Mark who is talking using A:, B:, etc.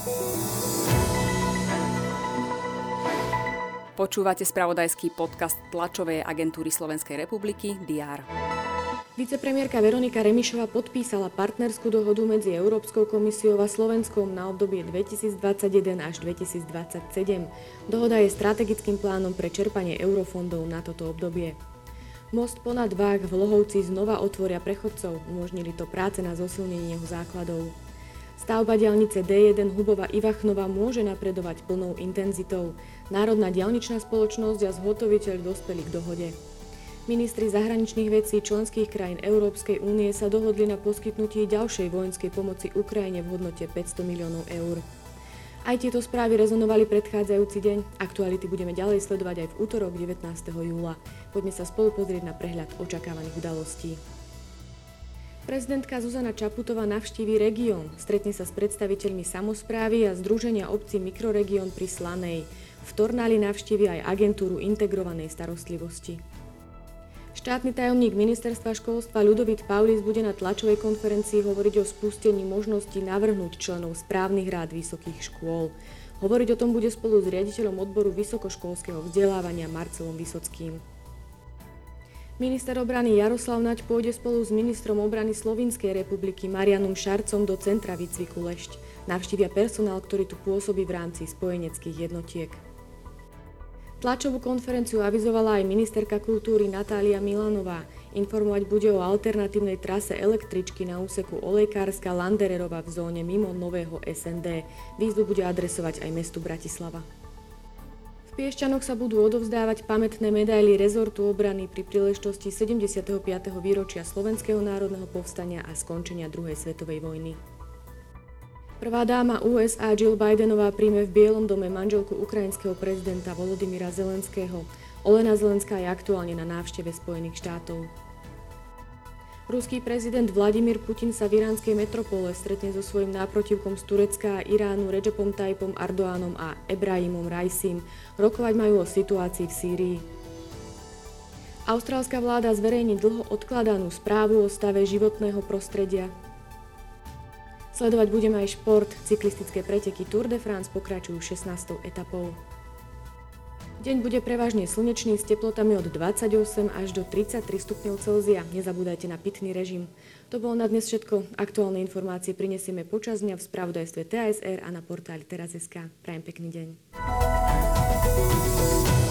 A: Počúvate spravodajský podcast tlačovej agentúry Slovenskej republiky DR.
B: Vicepremiérka Veronika Remišová podpísala partnerskú dohodu medzi Európskou komisiou a Slovenskom na obdobie 2021 až 2027. Dohoda je strategickým plánom pre čerpanie eurofondov na toto obdobie. Most ponad Váh v Lohovci znova otvoria pre chodcov, umožnili to práce na zosilnenie jeho základov. Stavba diaľnice D1 Hubova-Ivachnova môže napredovať plnou intenzitou. Národná diaľničná spoločnosť a zhotoviteľ dospeli k dohode. Ministri zahraničných vecí členských krajín Európskej únie sa dohodli na poskytnutí ďalšej vojenskej pomoci Ukrajine v hodnote 500 miliónov eur. Aj tieto správy rezonovali predchádzajúci deň. Aktuality budeme ďalej sledovať aj v útorok 19. júla. Poďme sa spolu pozrieť na prehľad očakávaných udalostí. Prezidentka Zuzana Čaputová navštíví región, stretne sa s predstaviteľmi samosprávy a Združenia obcí Mikroregión pri Slanej. V Tornáli navštívi aj agentúru integrovanej starostlivosti. Štátny tajomník ministerstva školstva Ľudovít Paulis bude na tlačovej konferencii hovoriť o spustení možnosti navrhnúť členov správnych rád vysokých škôl. Hovoriť o tom bude spolu s riaditeľom odboru vysokoškolského vzdelávania Marcelom Vysockým. Minister obrany Jaroslav Naď pôjde spolu s ministrom obrany Slovinskej republiky Marianom Šarcom do centra výcviku Lešť. Navštívia personál, ktorý tu pôsobí v rámci spojeneckých jednotiek. Tlačovú konferenciu avizovala aj ministerka kultúry Natália Milanová. Informovať bude o alternatívnej trase električky na úseku Olejkárska Landererova v zóne mimo nového SND. Výzvu bude adresovať aj mestu Bratislava. V Piešťanoch sa budú odovzdávať pamätné medaily rezortu obrany pri príležitosti 75. výročia Slovenského národného povstania a skončenia druhej svetovej vojny. Prvá dáma USA Jill Bidenová príjme v Bielom dome manželku ukrajinského prezidenta Volodymyra Zelenského. Olena Zelenská je aktuálne na návšteve Spojených štátov. Ruský prezident Vladimír Putin sa v iránskej metropole stretne so svojím náprotivkom z Turecka a Iránu Redžepom Tayyipom Erdoganom a Ebrahimom Raisim. Rokovať majú o situácii v Sýrii. Austrálska vláda zverejní dlho odkladanú správu o stave životného prostredia. Sledovať budeme aj šport. Cyklistické preteky Tour de France pokračujú 16. etapou. Deň bude prevažne slnečný s teplotami od 28 až do 33 stupňov Celzia. Nezabúdajte na pitný režim. To bolo na dnes všetko. Aktuálne informácie prinesieme počas dňa v spravodajstve TASR a na portáli teraz.sk. Prajem pekný deň.